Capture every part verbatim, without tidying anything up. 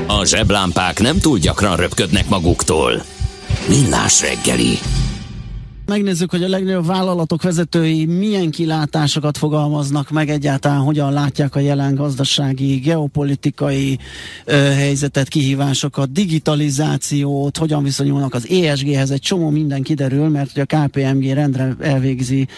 A zseblámpák nem túl gyakran röpködnek maguktól. Millás reggeli. Megnézzük, hogy a legnagyobb vállalatok vezetői milyen kilátásokat fogalmaznak meg, egyáltalán hogyan látják a jelen gazdasági, geopolitikai ö, helyzetet, kihívásokat, digitalizációt, hogyan viszonyulnak az é es gé-hez, egy csomó minden kiderül, mert ugye a ká pé em gé rendre elvégzi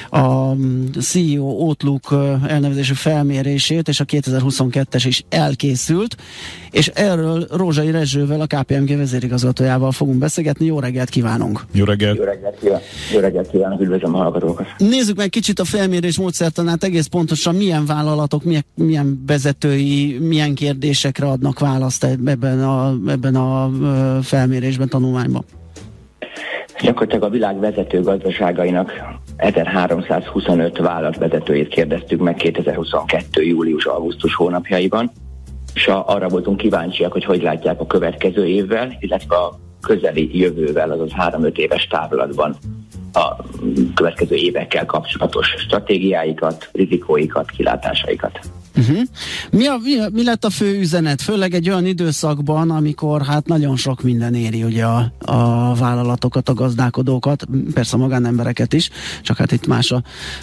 a cé e o Outlook elnevezésű felmérését, és a kétezer-huszonkettes is elkészült, és erről Rózsai Rezsővel, a ká pé em gé vezérigazgatójával fogunk beszélgetni. Jó reggelt kívánunk! Jó reggelt! Jó reggelt kívánok! Jó reggelt kívánok, üdvözlöm a hallgatókat! Nézzük meg kicsit a felmérés módszertanát, egész pontosan milyen vállalatok, milyen, milyen vezetői, milyen kérdésekre adnak választ ebben a, ebben a felmérésben, tanulmányban. Gyakorlatilag a világ vezető gazdaságainak ezerháromszázhuszonöt vállalatvezetőjét kérdeztük meg kétezer-huszonkettő. július-augusztus hónapjaiban, és a, arra voltunk kíváncsiak, hogy hogy látják a következő évvel, illetve a közeli jövővel, azaz három-öt éves távlatban a következő évekkel kapcsolatos stratégiáikat, rizikóikat, kilátásaikat. Uh-huh. Mi, a, mi, mi lett a fő üzenet? Főleg egy olyan időszakban, amikor hát nagyon sok minden éri ugye a, a vállalatokat, a gazdálkodókat, persze a magánembereket is, csak hát itt más a,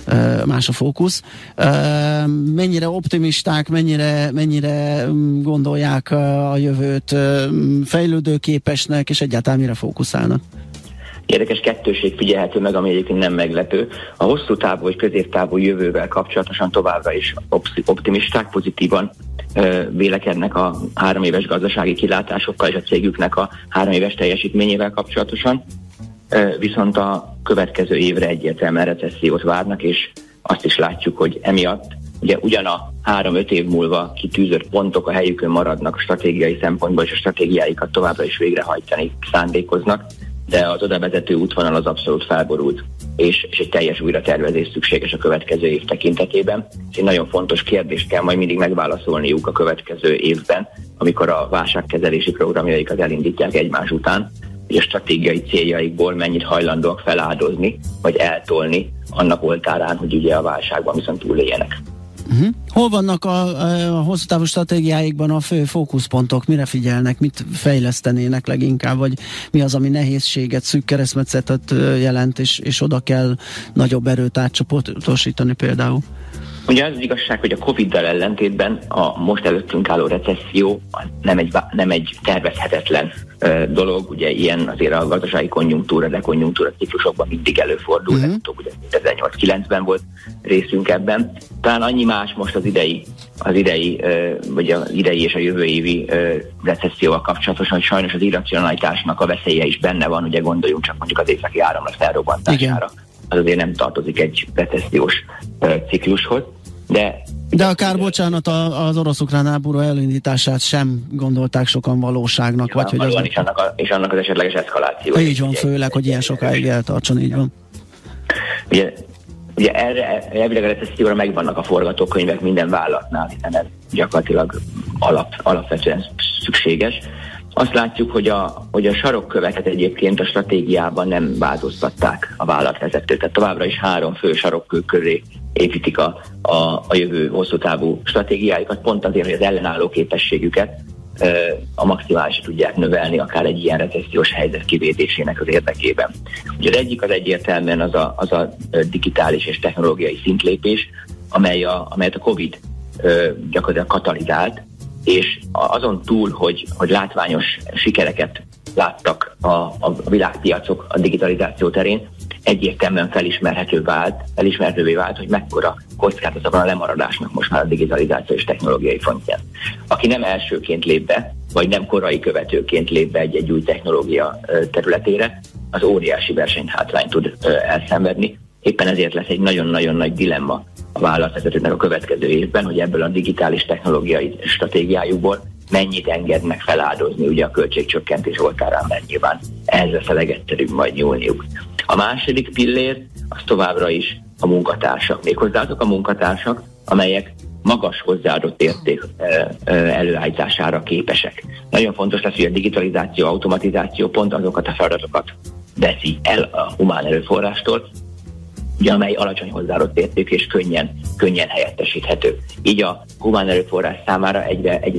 más a fókusz. Mennyire optimisták, mennyire, mennyire gondolják a jövőt fejlődőképesnek, és egyáltalán mire fókuszálnak? Érdekes kettőség figyelhető meg, ami egyébként nem meglepő. A hosszú távú vagy középtávú jövővel kapcsolatosan továbbra is optimisták, pozitívan ö, vélekednek a három éves gazdasági kilátásokkal és a cégüknek a három éves teljesítményével kapcsolatosan. Ö, viszont a következő évre egyértelműen recessziót várnak, és azt is látjuk, hogy emiatt ugye ugyan a három-öt év múlva kitűzött pontok a helyükön maradnak a stratégiai szempontból, és a stratégiáikat továbbra is végrehajtani szándékoznak, de az oda vezető útvonal az abszolút felborult, és, és egy teljes újratervezés szükséges a következő év tekintetében. Ez egy nagyon fontos kérdést kell majd mindig megválaszolniuk a következő évben, amikor a válságkezelési programjaikat elindítják egymás után, hogy a stratégiai céljaikból mennyit hajlandóak feláldozni, vagy eltolni annak oltárán, hogy ugye a válságban viszont túléljenek. Uh-huh. Hol vannak a, a hosszú távú stratégiáikban a fő fókuszpontok? Mire figyelnek? Mit fejlesztenének leginkább? Vagy mi az, ami nehézséget, szűk keresztmetszetet jelent, és, és oda kell nagyobb erőt átcsoportosítani például? Ugye az, az igazság, hogy a Covid-dal ellentétben a most előttünk álló recesszió nem egy, nem egy tervezhetetlen uh, dolog, ugye ilyen azért a gazdasági konjunktúra, de konjunktúra ciklusokban mindig előfordul, uh-huh. legutóbb ugye ezernyolcszázkilencven volt részünk ebben. Talán annyi más most az idei, az idei, uh, vagy az idei és a jövő évi uh, recesszióval kapcsolatosan, hogy sajnos az irracionalitásnak a veszélye is benne van, ugye gondoljunk csak mondjuk az északi áramlat felrobbantására. Igen. Az azért nem tartozik egy recessziós uh, ciklushoz. De, de akár, bocsánat, az orosz-ukrán háború elindítását sem gondolták sokan valóságnak. Vagy hogy az és, annak a, és annak az esetleges eszkaláció. Így van, főleg, hogy ilyen sokáig eltartson, így van. Ugye, ugye erre, elvileg a recesszióra megvannak a forgatókönyvek minden vállalatnál, hiszen ez gyakorlatilag alap, alapvetően szükséges. Azt látjuk, hogy a, hogy a sarokköveket egyébként a stratégiában nem változtatták a vállalatvezetők. Tehát továbbra is három fő sarokkő köré építik a, a, a jövő hosszú távú stratégiáikat, pont azért, hogy az ellenálló képességüket ö, a maximálisra tudják növelni, akár egy ilyen recessziós helyzet kivédésének az érdekében. Ugye az egyik az egyértelműen az a, az a digitális és technológiai szintlépés, amely a, amelyet a Covid ö, gyakorlatilag katalizált, és azon túl, hogy, hogy látványos sikereket láttak a, a világpiacok a digitalizáció terén, egyértelműen felismerhető vált, felismerhetővé vált, hogy mekkora kockázata van a lemaradásnak most már a digitalizáció és technológiai frontján. Aki nem elsőként lép be, vagy nem korai követőként lép be egy-egy új technológia területére, az óriási versenyhátrányt tud elszenvedni. Éppen ezért lesz egy nagyon-nagyon nagy dilemma a vállalatvezetőknek a következő évben, hogy ebből a digitális technológiai stratégiájukból mennyit engednek feláldozni ugye a költségcsökkentés oltárán, mert nyilván ehhez lesz a legegyszerűbb majd nyúlniuk. A második pillér az továbbra is a munkatársak. Méghozzá azok a munkatársak, amelyek magas hozzáadott érték előállítására képesek. Nagyon fontos lesz, hogy a digitalizáció, automatizáció pont azokat a feladatokat veszi el a humán erőforrástól, ugye, amely alacsony hozzáadott érték és könnyen, könnyen helyettesíthető. Így a humán erőforrás számára egyre, egyre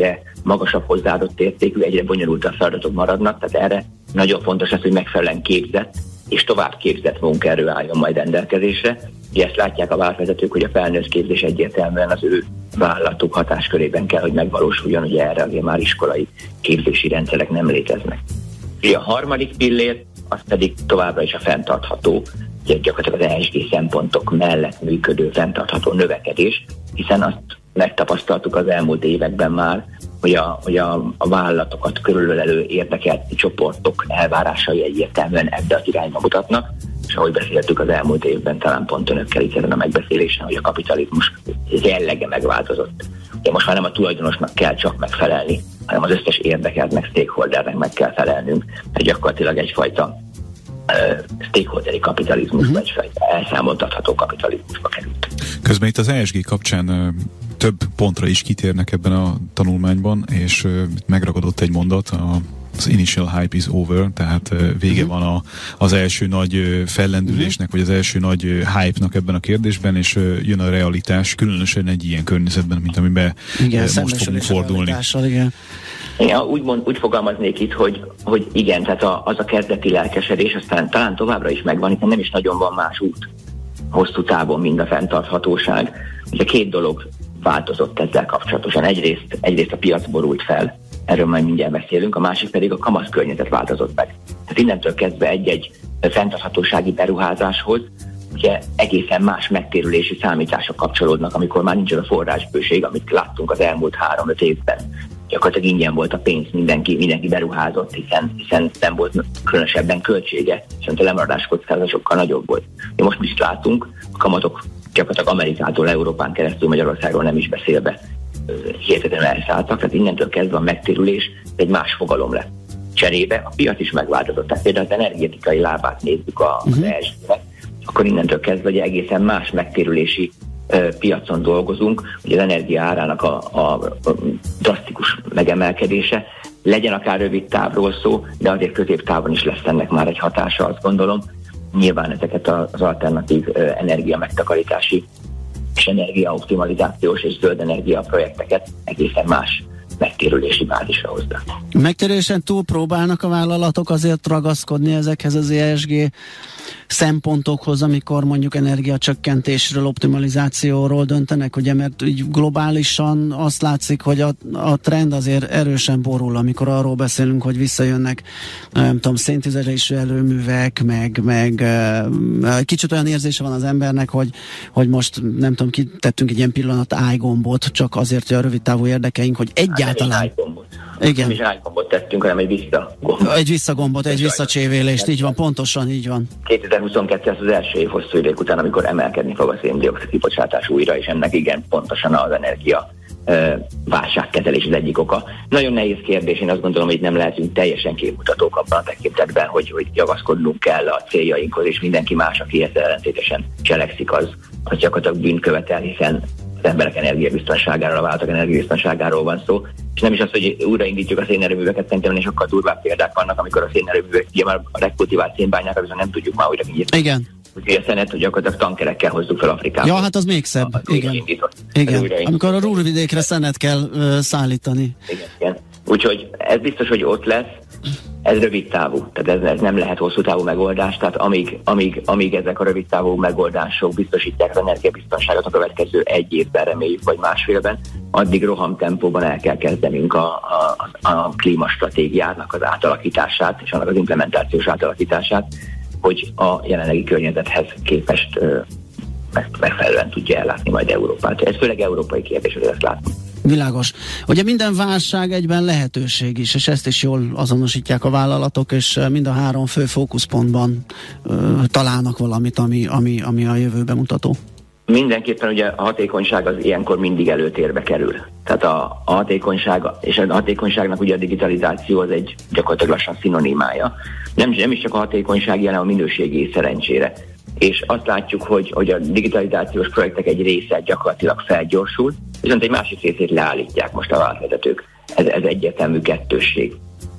magasabb hozzáadott értékű, egyre bonyolultabb feladatok maradnak, tehát erre nagyon fontos az, hogy megfelelően képzett és tovább képzett munkaerő álljon majd rendelkezésre. Ugye ezt látják a vállalatvezetők, hogy a felnőtt képzés egyértelműen az ő vállalatuk hatáskörében kell, hogy megvalósuljon, ugye erre ugye már iskolai képzési rendszerek nem léteznek. Ugye a harmadik pillér, az pedig továbbra is a fenntartható, ugye gyakorlatilag az E S G szempontok mellett működő fenntartható növekedés, hiszen azt megtapasztaltuk az elmúlt években már, hogy a, hogy a, a vállalatokat körülölelő érdekelt csoportok elvárásai egyértelműen ebbe az irányba mutatnak, és ahogy beszéltük az elmúlt évben, talán pont önökkel itt ezen a megbeszélésen, hogy a kapitalizmus jellege megváltozott. Ugye most már nem a tulajdonosnak kell csak megfelelni, hanem az összes érdekelt meg stakeholdernek meg kell felelnünk, mert gyakorlatilag egyfajta uh, stakeholderi kapitalizmusba, egyfajta elszámoltatható kapitalizmusba került. Közben itt az E S G kapcsán uh, több pontra is kitérnek ebben a tanulmányban, és uh, megragadott egy mondat, a az initial hype is over, tehát uh, vége uh-huh. van a, az első nagy uh, fellendülésnek, uh-huh. vagy az első nagy uh, hype-nak ebben a kérdésben, és uh, jön a realitás, különösen egy ilyen környezetben, mint amiben igen, uh, most fogunk fordulni. Igen. Ja, úgy, mond, úgy fogalmaznék itt, hogy, hogy igen, tehát a, az a kezdeti lelkesedés, aztán talán továbbra is megvan, hiszen nem is nagyon van más út hosszú távon, mint a fenntarthatóság. Ugye két dolog változott ezzel kapcsolatosan. Egyrészt, egyrészt a piac borult fel, erről majd mindjárt beszélünk, a másik pedig a kamasz környezet változott meg. Tehát innentől kezdve egy-egy fenntarthatósági beruházáshoz ugye egészen más megtérülési számítások kapcsolódnak, amikor már nincs az a forrásbőség, amit láttunk az elmúlt három-öt évben. Gyakorlatilag ingyen volt a pénz, mindenki, mindenki beruházott, hiszen, hiszen nem volt különösebben költsége, és a lemaradás kockázata sokkal nagyobb volt. De most is látunk, a kamatok gyakorlatilag Amerikától, Európán keresztül, Magyarországról nem is beszélve hihetetlenül elszálltak, tehát innentől kezdve a megtérülés egy más fogalom lett. Cserébe a piac is megváltozott, tehát például az energetikai lábát nézzük az uh-huh. E S G-nek, akkor innentől kezdve egy egészen más megtérülési uh, piacon dolgozunk, hogy az energia árának a, a, a drasztikus megemelkedése legyen akár rövid távról szó, de azért középtávon is lesz ennek már egy hatása, azt gondolom. Nyilván ezeket az alternatív uh, energia megtakarítási és energiaoptimalizációs és zöld energia projekteket egészen más megtérülési bázisra hoznak. Megtérésen túl próbálnak a vállalatok azért ragaszkodni ezekhez az E S G szempontokhoz, amikor mondjuk energiacsökkentésről, optimalizációról döntenek, ugye, mert így globálisan azt látszik, hogy a, a trend azért erősen borul, amikor arról beszélünk, hogy visszajönnek, nem tudom, széntüzelésű erőművek, meg, meg kicsit olyan érzése van az embernek, hogy, hogy most nem tudom, kitettünk egy ilyen pillanat ájgombot, csak azért, hogy a rövidtávú érdekeink, hogy egyáltalán... Igen. Nem is ájgombot tettünk, hanem egy visszagombot. Egy visszagombot, egy visszacsévélést, így van, pontosan így van. kétezer-huszonkettő az az első év hosszú idők után, amikor emelkedni fog a szén-dioxid kibocsátás újra, és ennek igen, pontosan az energia ö, válságkezelés az egyik oka. Nagyon nehéz kérdés, én azt gondolom, hogy nem lehetünk teljesen képmutatók abban a tekintetben, hogy, hogy ragaszkodnunk kell a céljainkhoz, és mindenki más, aki ezzel ellentétesen cselekszik, az, az gyakorlatilag bűnt követel, hiszen az emberek energiabiztonságáról, a vállalatok energiabiztonságáról van szó, és nem is az, hogy újraindítjuk a szénerőműveket, szerintem és sokkal durvább példák vannak, amikor a szénerőművek, ugye már a rekultivált szénbányákat viszont nem tudjuk már újra kinyitni. Igen. Úgyhogy a szenet, hogy gyakorlatilag tankerekkel hozzuk fel Afrikába. Ja, hát az még szebb. Az igen. Igen. Amikor a Ruhrvidékre szenet kell uh, szállítani. Igen, igen. Úgyhogy ez biztos, hogy ott lesz. Ez rövid távú, tehát ez, ez nem lehet hosszú távú megoldás, tehát amíg, amíg, amíg ezek a rövid távú megoldások biztosítják az energiabiztonságot a következő egy évben, reméljük, vagy másfélben, addig rohamtempóban el kell kezdenünk a, a, a klímastratégiának az átalakítását, és annak az implementációs átalakítását, hogy a jelenlegi környezethez képest ö, megfelelően tudja ellátni majd Európát. Ez főleg európai kérdés, hogy ezt látunk. Világos. Ugye minden válság egyben lehetőség is, és ezt is jól azonosítják a vállalatok, és mind a három fő fókuszpontban ö, találnak valamit, ami, ami, ami a jövőbe mutató. Mindenképpen ugye a hatékonyság az ilyenkor mindig előtérbe kerül. Tehát a, a hatékonyság, és a hatékonyságnak ugye a digitalizáció az egy gyakorlatilag lassan szinonimája. Nem, nem is csak a hatékonyság, hanem a minőségi szerencsére. És azt látjuk, hogy, hogy a digitalizációs projektek egy része gyakorlatilag felgyorsul, viszont egy másik részét leállítják most a vállalatvezetők. Ez, ez egyértelmű kettősség.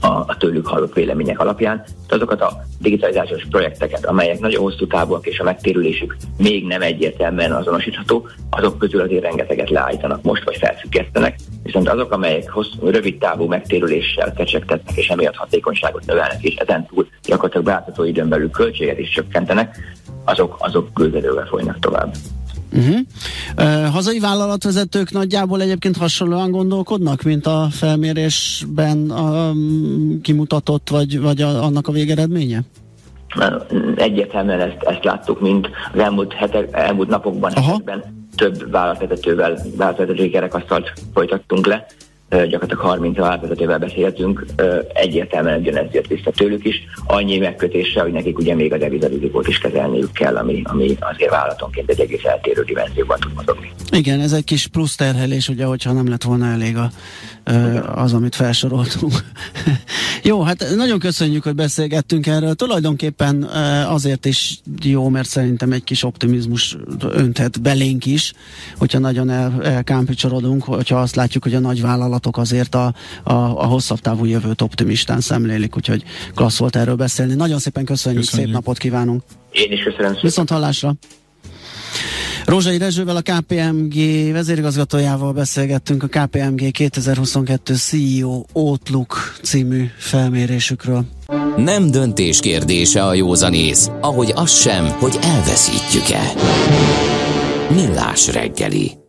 a, a tőlük hallott vélemények alapján. Azokat a digitalizációs projekteket, amelyek nagyon hosszú távúak és a megtérülésük még nem egyértelműen azonosítható, azok közül azért rengeteget leállítanak most, vagy felfüggesztenek, viszont azok, amelyek hosszú, rövid távú megtérüléssel kecsegtetnek, és emiatt hatékonyságot növelnek, és ezentúl gyakorlatilag beállítható időn belül költséget is csökkentenek, azok, azok gőzerővel folynak tovább. Uh-huh. Uh, hazai vállalatvezetők nagyjából egyébként hasonlóan gondolkodnak, mint a felmérésben a, um, kimutatott, vagy, vagy a, annak a végeredménye? Egyértelműen ezt, ezt láttuk, mint az elmúlt, hetek, elmúlt napokban, Aha. hetekben több vállalatvezetővel, vállalatvezetői kerekasztalt folytattunk le, gyakorlatilag harminc vállalatvezetővel beszéltünk, egyértelműen ugyanez jött vissza tőlük is, annyi megkötéssel, hogy nekik ugye még a devizarizikót is kezelniük kell, ami, ami azért vállalatonként egy egész eltérő dimenzióban tud mozogni. Igen, ez egy kis plusz terhelés, ugye, hogyha nem lett volna elég a, az, amit felsoroltunk. Jó, hát nagyon köszönjük, hogy beszélgettünk erről. Tulajdonképpen azért is jó, mert szerintem egy kis optimizmus önthet belénk is, hogyha nagyon el, elkámpicsorodunk, hogyha azt látjuk, hogy a nagy vállalatok azért a, a, a hosszabb távú jövőt optimistán szemlélik, úgyhogy klassz volt erről beszélni. Nagyon szépen köszönjük, köszönjük. Szép napot kívánunk. Én is köszönöm szépen. Viszont hallásra. Rózsai Rezsővel, a ká pé em gé vezérigazgatójával beszélgettünk a ká pé em gé kétezer-huszonkettő cé e o Outlook című felmérésükről. Nem döntés kérdése a józanész, ahogy az sem, hogy elveszítjük-e. Millás reggeli.